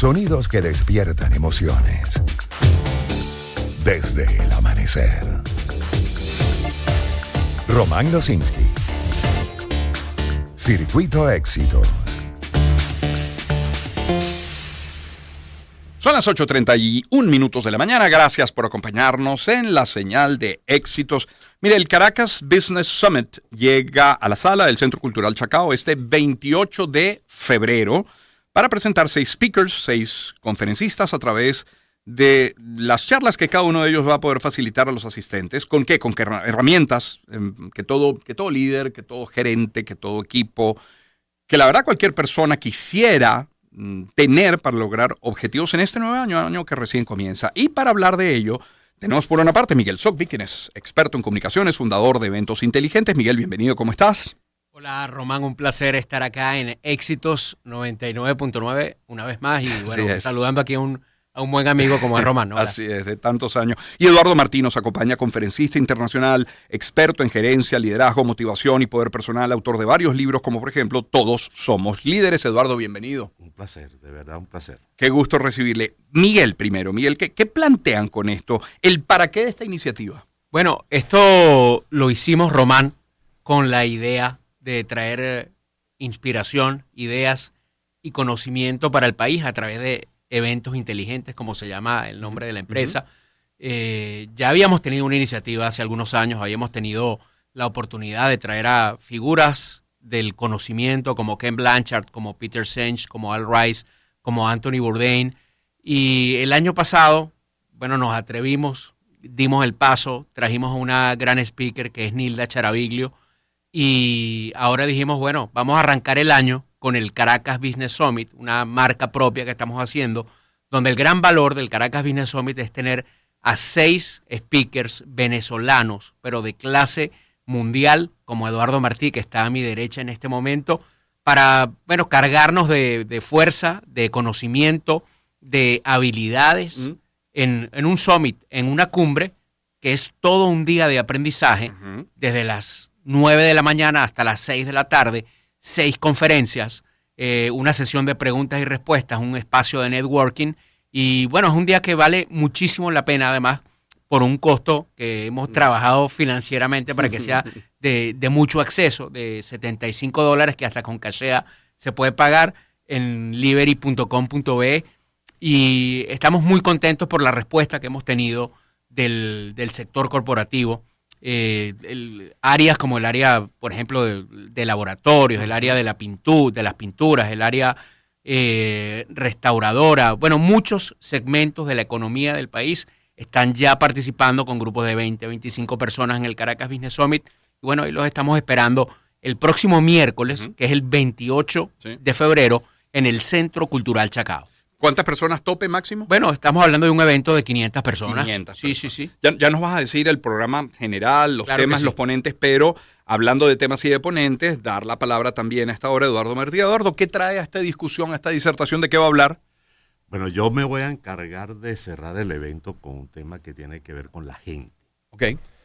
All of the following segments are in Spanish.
Sonidos que despiertan emociones. Desde el amanecer. Román Losinski. Circuito Éxitos. Son las 8:31 de la mañana. Gracias por acompañarnos en la señal de éxitos. Mire, el Caracas Business Summit llega a la sala del Centro Cultural Chacao este 28 de febrero para presentar 6 speakers, 6 conferencistas a través de las charlas que cada uno de ellos va a poder facilitar a los asistentes. ¿Con qué? Con qué herramientas que todo líder, que todo gerente, que todo equipo, que la verdad cualquier persona quisiera tener para lograr objetivos en este nuevo año que recién comienza. Y para hablar de ello, tenemos por una parte Miguel Sogbi, quien es experto en comunicaciones, fundador de Eventos Inteligentes. Miguel, bienvenido, ¿cómo estás? Hola Román, un placer estar acá en Éxitos 99.9 una vez más y bueno, saludando aquí a un buen amigo como es Román, ¿no? Así es, de tantos años. Y Eduardo Martín nos acompaña, conferencista internacional, experto en gerencia, liderazgo, motivación y poder personal, autor de varios libros como por ejemplo Todos Somos Líderes. Eduardo, bienvenido. Un placer, de verdad un placer. Qué gusto recibirle. Miguel primero. Miguel, ¿qué plantean con esto? ¿El para qué de esta iniciativa? Bueno, esto lo hicimos, Román, con la idea de traer inspiración, ideas y conocimiento para el país a través de Eventos Inteligentes, como se llama el nombre de la empresa. Ya habíamos tenido una iniciativa hace algunos años, habíamos tenido la oportunidad de traer a figuras del conocimiento como Ken Blanchard, como Peter Senge, como Al Rice, como Anthony Bourdain. Y el año pasado, bueno, nos atrevimos, dimos el paso, trajimos a una gran speaker que es Nilda Charaviglio. Y ahora dijimos, bueno, vamos a arrancar el año con el Caracas Business Summit, una marca propia que estamos haciendo, donde el gran valor del Caracas Business Summit es tener a 6 speakers venezolanos, pero de clase mundial, como Eduardo Martí, que está a mi derecha en este momento, para, bueno, cargarnos de fuerza, de conocimiento, de habilidades en un summit, en una cumbre, que es todo un día de aprendizaje, desde las 9 de la mañana hasta las 6 de la tarde, 6 conferencias, una sesión de preguntas y respuestas, un espacio de networking. Y bueno, es un día que vale muchísimo la pena, además, por un costo que hemos trabajado financieramente para que sea de mucho acceso, de $75, que hasta con cachea se puede pagar en liberty.com.be. Y estamos muy contentos por la respuesta que hemos tenido del sector corporativo. Áreas como el área, por ejemplo, de laboratorios, el área de las pinturas, el área restauradora, bueno, muchos segmentos de la economía del país están ya participando con grupos de 20, 25 personas en el Caracas Business Summit. Y bueno, y los estamos esperando el próximo miércoles, que es el 28 de febrero, en el Centro Cultural Chacao. ¿Cuántas personas tope máximo? Bueno, estamos hablando de un evento de 500 personas. 500 sí, personas. sí. Ya nos vas a decir el programa general, los claro temas, sí. Los ponentes, pero hablando de temas y de ponentes, dar la palabra también a esta hora a Eduardo Martí. Eduardo, ¿qué trae a esta discusión, a esta disertación? ¿De qué va a hablar? Bueno, yo me voy a encargar de cerrar el evento con un tema que tiene que ver con la gente. Ok.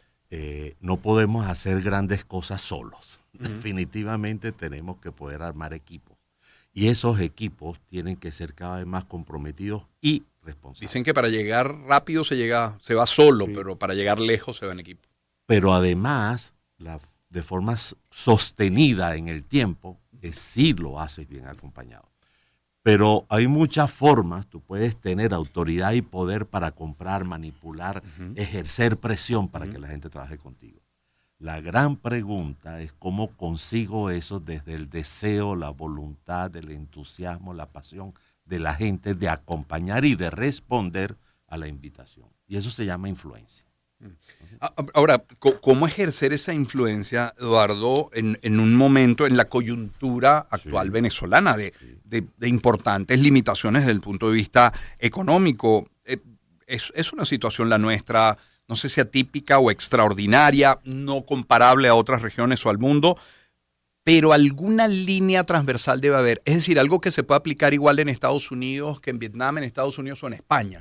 No podemos hacer grandes cosas solos. Definitivamente tenemos que poder armar equipos. Y esos equipos tienen que ser cada vez más comprometidos y responsables. Dicen que para llegar rápido se va solo, pero para llegar lejos se va en equipo. Pero además, de forma sostenida en el tiempo, sí lo haces bien acompañado. Pero hay muchas formas, tú puedes tener autoridad y poder para comprar, manipular, ejercer presión para que la gente trabaje contigo. La gran pregunta es cómo consigo eso desde el deseo, la voluntad, el entusiasmo, la pasión de la gente de acompañar y de responder a la invitación. Y eso se llama influencia. Ahora, ¿cómo ejercer esa influencia, Eduardo, en un momento, en la coyuntura actual venezolana de importantes limitaciones desde el punto de vista económico? Es una situación la nuestra, no sé si atípica o extraordinaria, no comparable a otras regiones o al mundo, pero alguna línea transversal debe haber. Es decir, algo que se pueda aplicar igual en Estados Unidos que en Vietnam, en Estados Unidos o en España.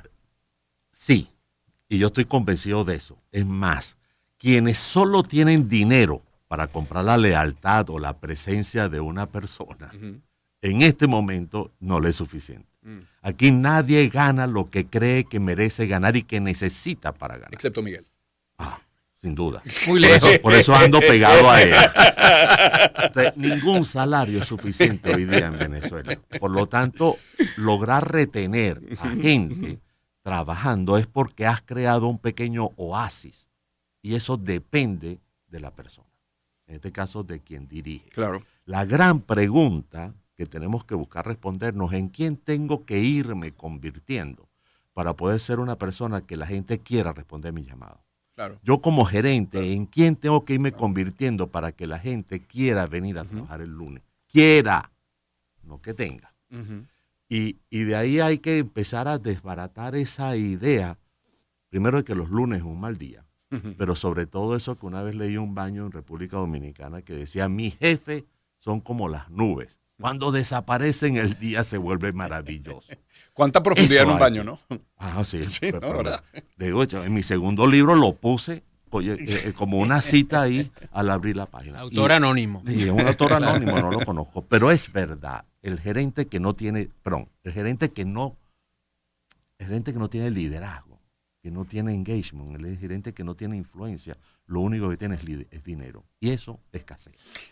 Sí, y yo estoy convencido de eso. Es más, quienes solo tienen dinero para comprar la lealtad o la presencia de una persona, en este momento no le es suficiente. Aquí nadie gana lo que cree que merece ganar y que necesita para ganar. Excepto Miguel. Sin duda. Muy lejos. Por eso ando pegado a él. Entonces, ningún salario es suficiente hoy día en Venezuela. Por lo tanto, lograr retener a gente trabajando es porque has creado un pequeño oasis. Y eso depende de la persona. En este caso, de quien dirige. Claro. La gran pregunta que tenemos que buscar respondernos es en quién tengo que irme convirtiendo para poder ser una persona que la gente quiera responder mi llamado. Claro. Yo como gerente, ¿en quién tengo que irme convirtiendo para que la gente quiera venir a trabajar el lunes? Quiera, no que tenga. Y de ahí hay que empezar a desbaratar esa idea, primero de que los lunes es un mal día, pero sobre todo eso que una vez leí un baño en República Dominicana que decía, mi jefe son como las nubes. Cuando desaparecen el día se vuelve maravilloso. ¿Cuánta profundidad en un baño, no? Sí. Sí, ¿no? ¿Verdad? Digo, en mi segundo libro lo puse como una cita ahí al abrir la página. Autor anónimo. Y es un autor anónimo, no lo conozco. Pero es verdad, el gerente que no tiene liderazgo, que no tiene engagement, el gerente que no tiene influencia, lo único que tiene es dinero. Y eso escasea.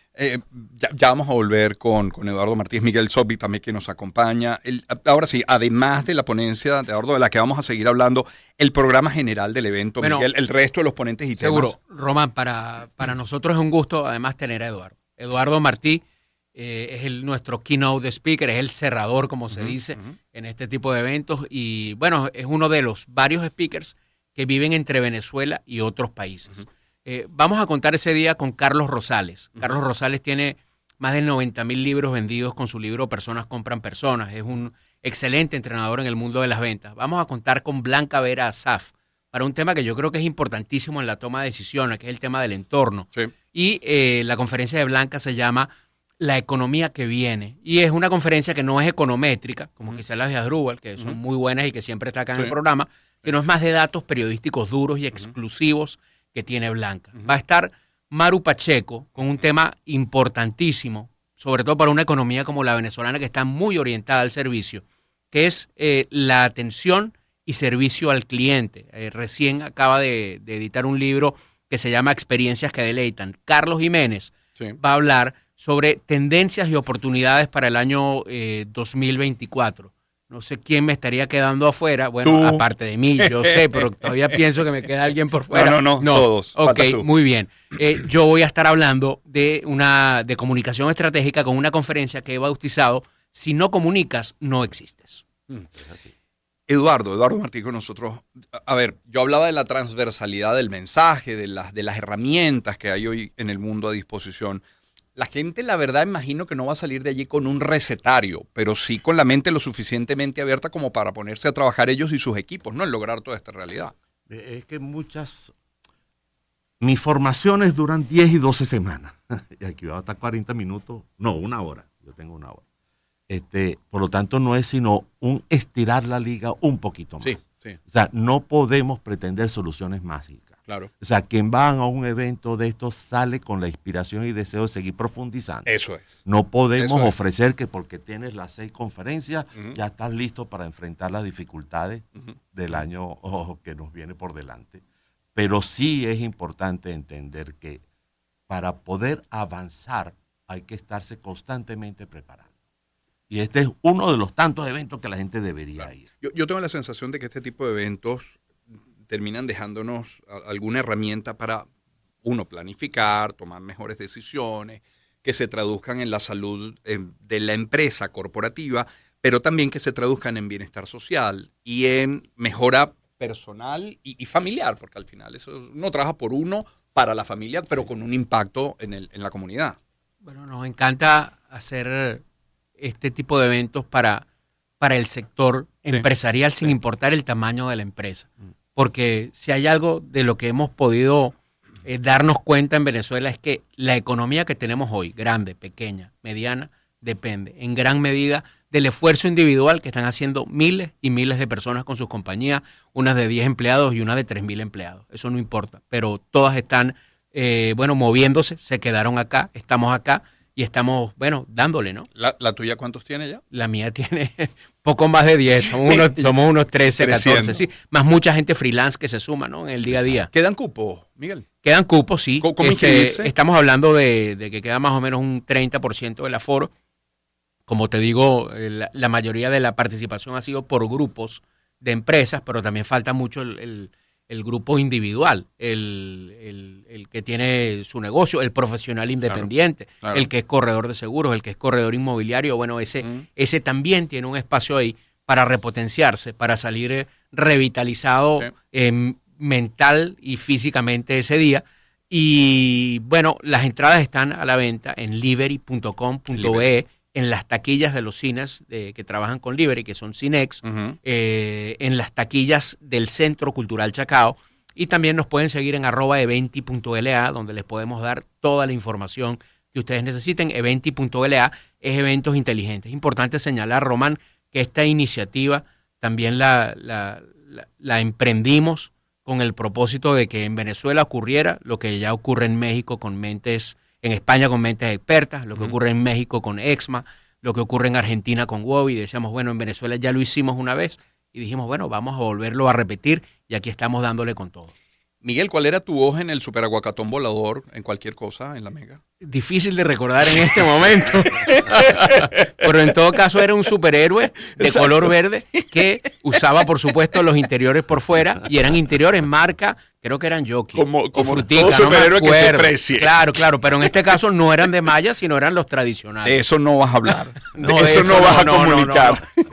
Ya vamos a volver con Eduardo Martínez, Miguel Sobey también que nos acompaña. Ahora sí, además de la ponencia de Eduardo, de la que vamos a seguir hablando, el programa general del evento, bueno, Miguel, el resto de los ponentes y seguro, temas. Seguro, Román, para nosotros es un gusto además tener a Eduardo. Eduardo Martí es nuestro keynote speaker, es el cerrador, como se dice, en este tipo de eventos. Y bueno, es uno de los varios speakers que viven entre Venezuela y otros países. Vamos a contar ese día con Carlos Rosales. Carlos Rosales tiene más de 90,000 libros vendidos con su libro Personas compran personas. Es un excelente entrenador en el mundo de las ventas. Vamos a contar con Blanca Vera Asaf para un tema que yo creo que es importantísimo en la toma de decisiones, que es el tema del entorno. Sí. Y la conferencia de Blanca se llama La economía que viene. Y es una conferencia que no es econométrica, como quizás las de Asdrúbal, que son muy buenas y que siempre está acá en el programa, sino es más de datos periodísticos duros y exclusivos que tiene Blanca. Va a estar Maru Pacheco con un tema importantísimo, sobre todo para una economía como la venezolana que está muy orientada al servicio, que es la atención y servicio al cliente. Recién acaba de editar un libro que se llama Experiencias que deleitan. Carlos Jiménez va a hablar sobre tendencias y oportunidades para el año 2024. No sé quién me estaría quedando afuera. Bueno, ¿tú? Aparte de mí, yo sé, pero todavía pienso que me queda alguien por fuera. No, todos. Ok, muy bien. Yo voy a estar hablando de comunicación estratégica con una conferencia que he bautizado Si no comunicas, no existes. Es así. Eduardo Martí con nosotros. A ver, yo hablaba de la transversalidad del mensaje, de las herramientas que hay hoy en el mundo a disposición. La gente, la verdad, imagino que no va a salir de allí con un recetario, pero sí con la mente lo suficientemente abierta como para ponerse a trabajar ellos y sus equipos, ¿no? En lograr toda esta realidad. Es que mis formaciones duran 10 y 12 semanas. Y aquí va a estar 40 minutos, no, 1 hora. Yo tengo 1 hora. Por lo tanto, no es sino un estirar la liga un poquito más. Sí. O sea, no podemos pretender soluciones mágicas. Claro. O sea, quien va a un evento de estos sale con la inspiración y deseo de seguir profundizando. Eso es. No podemos ofrecer que porque tienes las 6 conferencias ya estás listo para enfrentar las dificultades del año que nos viene por delante. Pero sí es importante entender que para poder avanzar hay que estarse constantemente preparando. Y este es uno de los tantos eventos que la gente debería ir. Yo tengo la sensación de que este tipo de eventos terminan dejándonos alguna herramienta para, planificar, tomar mejores decisiones, que se traduzcan en la salud de la empresa corporativa, pero también que se traduzcan en bienestar social y en mejora personal y familiar, porque al final uno trabaja por uno, para la familia, pero con un impacto en la comunidad. Bueno, nos encanta hacer este tipo de eventos para el sector empresarial sin importar el tamaño de la empresa. Porque si hay algo de lo que hemos podido darnos cuenta en Venezuela es que la economía que tenemos hoy, grande, pequeña, mediana, depende en gran medida del esfuerzo individual que están haciendo miles y miles de personas con sus compañías, unas de 10 empleados y unas de 3,000 empleados. Eso no importa, pero todas están, moviéndose, se quedaron acá, estamos acá y estamos, bueno, dándole, ¿no? ¿La tuya cuántos tiene ya? La mía tiene poco más de 10, somos unos 13, 14, sí, más mucha gente freelance que se suma, ¿no? En el día a día. ¿Quedan cupos, Miguel? Quedan cupos, sí. ¿Cómo inscribirse? Estamos hablando de que queda más o menos un 30% del aforo. Como te digo, la mayoría de la participación ha sido por grupos de empresas, pero también falta mucho el grupo individual, el que tiene su negocio, el profesional independiente, claro. El que es corredor de seguros, el que es corredor inmobiliario. Bueno, ese también tiene un espacio ahí para repotenciarse, para salir revitalizado mental y físicamente ese día. Y bueno, las entradas están a la venta en livery.com.be, en las taquillas de los cines que trabajan con Livery, que son Cinex, en las taquillas del Centro Cultural Chacao, y también nos pueden seguir en @eventi.la, donde les podemos dar toda la información que ustedes necesiten. Eventi.la es eventos inteligentes. Es importante señalar, Román, que esta iniciativa también la emprendimos con el propósito de que en Venezuela ocurriera lo que ya ocurre en México en España con mentes expertas, lo que ocurre en México con EXMA, lo que ocurre en Argentina con WOBI. Decíamos, bueno, en Venezuela ya lo hicimos una vez y dijimos, bueno, vamos a volverlo a repetir y aquí estamos dándole con todo. Miguel, ¿cuál era tu voz en el superaguacatón volador, en cualquier cosa, en la Mega? Difícil de recordar en este momento, pero en todo caso era un superhéroe de color verde que usaba, por supuesto, los interiores por fuera, y eran interiores marca, creo que eran Jockey. Como Frutica, todo superhéroe que se precie. Claro, pero en este caso no eran de malla, sino eran los tradicionales. De eso no vas a hablar, No, de eso no vas a comunicar. No.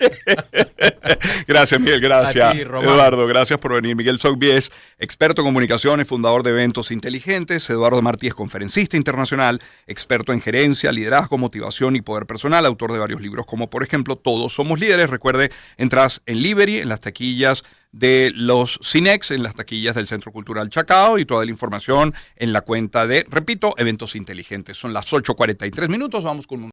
Gracias, Miguel, gracias. A ti, Eduardo, gracias por venir. Miguel Sogbi es experto en comunicaciones, fundador de Eventos Inteligentes. Eduardo Martí es conferencista internacional, experto en gerencia, liderazgo, motivación y poder personal, autor de varios libros como, por ejemplo, Todos Somos Líderes. Recuerde, entras en Livery, en las taquillas de los Cinex, en las taquillas del Centro Cultural Chacao, y toda la información en la cuenta de, repito, Eventos Inteligentes. Son las 8:43 minutos, vamos con un